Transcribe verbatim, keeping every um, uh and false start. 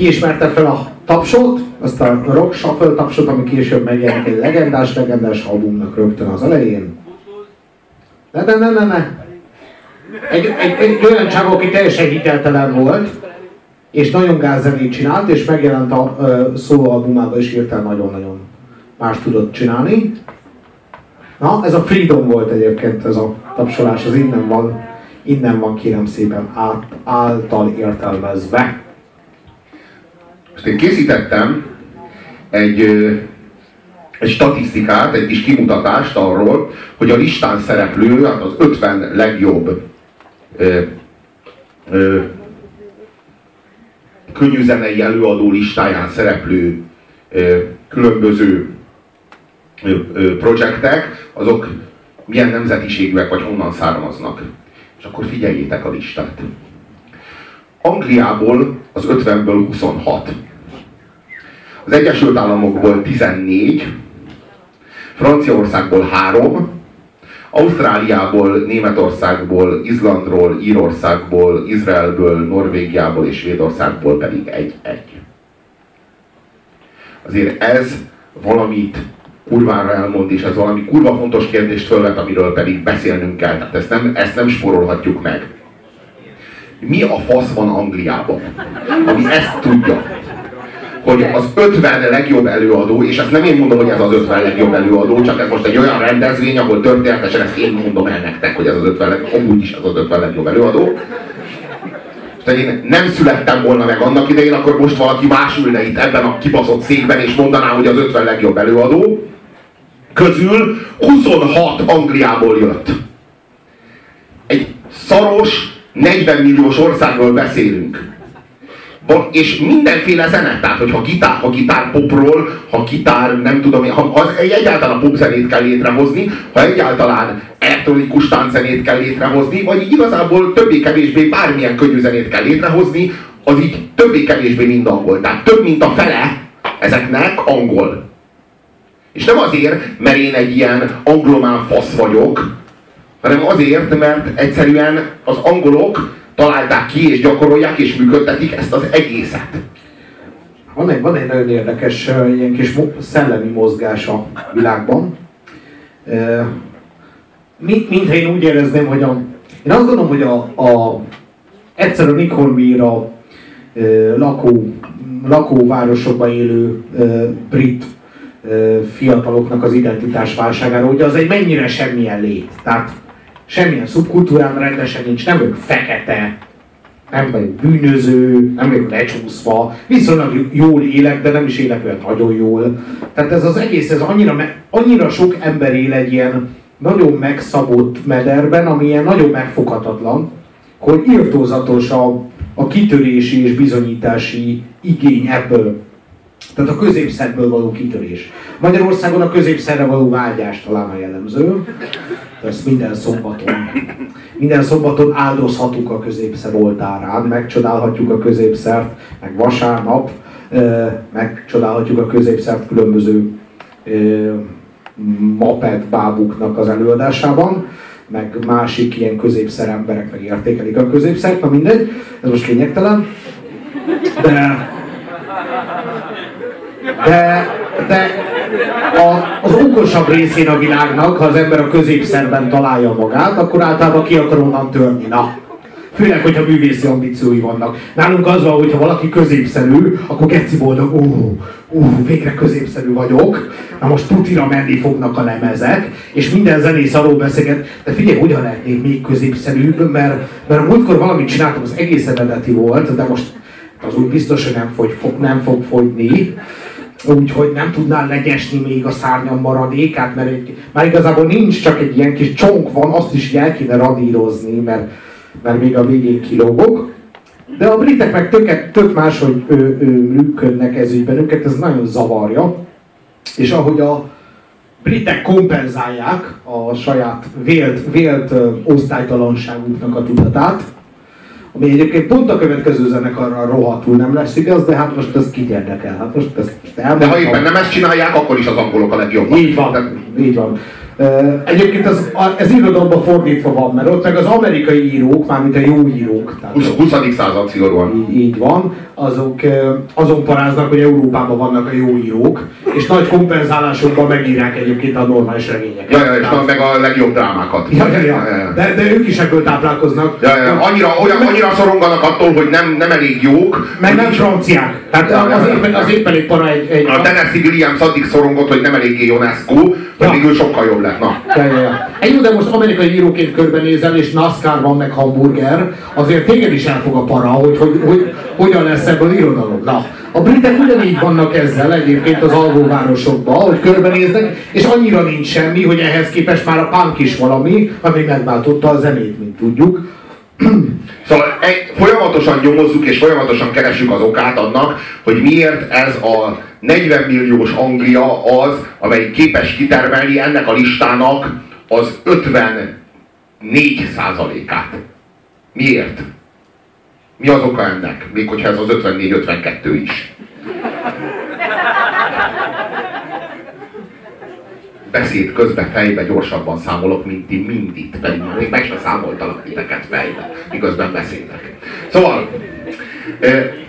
ki ismerte fel a Tapsot, azt a Rock Shuffle tapsot, ami később megjelenik egy legendás, legendás albumnak rögtön az elején. Ne, ne, ne, ne, ne. Egy, egy, egy olyan csávó, aki teljesen hiteltelen volt, és nagyon gázzenét csinált, és megjelent a uh, szólóalbumában, és hirtelen nagyon-nagyon más tudott csinálni. Na, ez a Freedom volt egyébként, ez a tapsolás, az innen van, innen van kérem szépen át, által értelmezve. Most én készítettem egy, egy statisztikát, egy kis kimutatást arról, hogy a listán szereplő, hát az ötven legjobb ö, ö, könnyűzenei előadó listáján szereplő ö, különböző ö, ö, projektek, azok milyen nemzetiségűek vagy honnan származnak. És akkor figyeljétek a listát. Angliából az ötvenből huszonhat. Az Egyesült Államokból tizennégy, Franciaországból három, Ausztráliából, Németországból, Izlandról, Írországból, Izraelből, Norvégiából és Svédországból pedig egy-egy. Azért ez valamit kurvára elmond, és ez valami kurva fontos kérdést fölvet, amiről pedig beszélnünk kell. Tehát ezt nem, ezt nem spórolhatjuk meg. Mi a fasz van Angliában? Ami ezt tudja, hogy az ötven legjobb előadó, és ezt nem én mondom, hogy ez az ötven legjobb előadó, csak ez most egy olyan rendezvény, ahol történetesen ezt én mondom el nektek, hogy ez az ötven legjobb, amúgy is ez az ötven legjobb előadó. Tehát én nem születtem volna meg annak idején, akkor most valaki más ülne itt ebben a kibaszott székben, és mondaná, hogy az ötven legjobb előadó közül huszonhat Angliából jött. Egy szaros, negyven milliós országról beszélünk. És mindenféle zene, tehát hogyha gitár, ha gitár popról, ha gitár, nem tudom, ha, ha egyáltalán popzenét kell létrehozni, ha egyáltalán elektronikus tánczenét kell létrehozni, vagy igazából többé-kevésbé bármilyen könnyű zenét kell létrehozni, az így többé-kevésbé mind angol. Tehát több mint a fele ezeknek angol. És nem azért, mert én egy ilyen anglomán fasz vagyok, hanem azért, mert egyszerűen az angolok találták ki, és gyakorolják, és működtetik ezt az egészet. Van egy, van egy nagyon érdekes ilyen kis szellemi mozgás a világban. Mintha én úgy érezném, hogy a, én azt gondolom, hogy a, a egyszerű Nick Hornby a lakó, lakóvárosokban élő brit fiataloknak az identitásválságára, hogy az egy mennyire semmilyen lét. Tehát semmilyen szubkultúrám rendesen nincs, nem vagyok fekete, nem vagyok bűnöző, nem vagyok lecsúszva, viszonylag jól élek, de nem is élek olyan nagyon jól. Tehát ez az egész, ez annyira, annyira sok ember él egy ilyen nagyon megszabott mederben, ami ilyen nagyon megfoghatatlan, hogy irtózatos a, a kitörési és bizonyítási igény ebből. Tehát a középszerből való kitörés. Magyarországon a középszerre való vágyás talán a jellemző. Ezt minden szombaton, minden szombaton áldozhatunk a középszer oltárán, megcsodálhatjuk a középszert, meg vasárnap megcsodálhatjuk a középszert különböző maped bábuknak az előadásában, meg másik ilyen középszer emberek meg értékelik a középszert, na mindegy, ez most lényegtelen. De... De, de a, az okosabb részén a világnak, ha az ember a középszerben találja magát, akkor általában ki akar onnan törni. Na, főleg, hogyha művészi ambíciói vannak. Nálunk az van, hogyha valaki középszerű, akkor geci boldog, ó, ó, végre középszerű vagyok, na most tutira menni fognak a lemezek, és minden zenész arról beszélget, de figyelj, hogyan lehetnék még középszerűbb, mert, mert a múltkor valamit csináltam, az egész eredeti volt, de most az úgy biztos, hogy nem, fogy, fog, nem fog fogyni, úgyhogy nem tudnál legyesni még a szárnyam maradékát, mert egy, már igazából nincs, csak egy ilyen kis csonk van, azt is el kéne radírozni, mert, mert még a végén kilógok. De a britek meg tök, tök máshogy ő, ő, működnek ez ügyben, őket ez nagyon zavarja, és ahogy a britek kompenzálják a saját vélt, vélt osztálytalanságuknak a tudatát, ami egyébként pont a következő zenekarral rohadtul nem lesz igaz, de hát most ez kit érdekel. Hát most ezt, ezt de ha éppen nem ezt csinálják, akkor is az angolok a legjobbak. Így van, de... így van. Egyébként ez, ez irodalomban fordítva van, mert ott meg az amerikai írók, mármint a jó írók. huszadik század szigorúan. Így, így van. azok azon paráznak, hogy Európában vannak a jó írók, és nagy kompenzálásokban megírják egyébként a normális regényeket. Ja, ja, és meg a legjobb drámákat. Ja, ja, ja. Ja, ja. De, de ők is ebből táplálkoznak. Ja, ja. Annyira, olyan, annyira szoronganak attól, hogy nem, nem elég jók. Meg nem franciák. Tehát ja, az, ja, éppen, az éppen egy para egy... egy a Tennessee Williams addig szorongott, hogy nem eléggé Ionescu, hogy ja. Végül sokkal jobb lett. Na. Ja, ja, ja. Egy, de most amerikai íróként körbenézel, és NASCAR van, meg hamburger, azért téged is elfog a para, hogy, hogy, hogy hogyan lesz ebből irodalom. Na, a britek ugyanígy vannak ezzel egyébként az alvóvárosokban, hogy körbenéznek, és annyira nincs semmi, hogy ehhez képest már a punk is valami, ami megváltotta a zenét, mint tudjuk. Szóval egy, folyamatosan nyomozzuk és folyamatosan keresjük az okát annak, hogy miért ez a negyven milliós Anglia az, amely képes kitermelni ennek a listának az ötvennégy százalékát. Miért? Mi az oka ennek? Még hogyha ez az ötvennégy ötvenkettő is. Beszéd közben fejbe gyorsabban számolok, mint ti mindig, pedig még meg sem számoltalak titeket fejbe, miközben beszélek. Szóval,